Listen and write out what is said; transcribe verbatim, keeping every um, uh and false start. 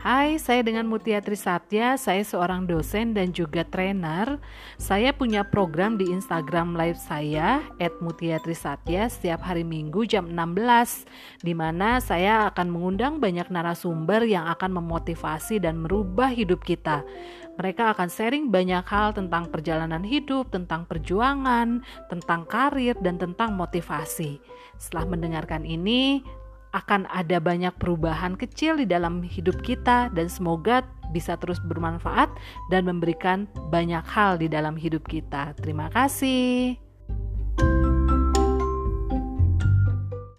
Hai, saya dengan Mutia Trisatya, saya seorang dosen dan juga trainer. Saya punya program di Instagram live saya, et mutia trisatya, setiap hari Minggu jam enam belas, di mana saya akan mengundang banyak narasumber yang akan memotivasi dan merubah hidup kita. Mereka akan sharing banyak hal tentang perjalanan hidup, tentang perjuangan, tentang karir, dan tentang motivasi. Setelah mendengarkan ini, akan ada banyak perubahan kecil di dalam hidup kita dan semoga bisa terus bermanfaat dan memberikan banyak hal di dalam hidup kita. Terima kasih.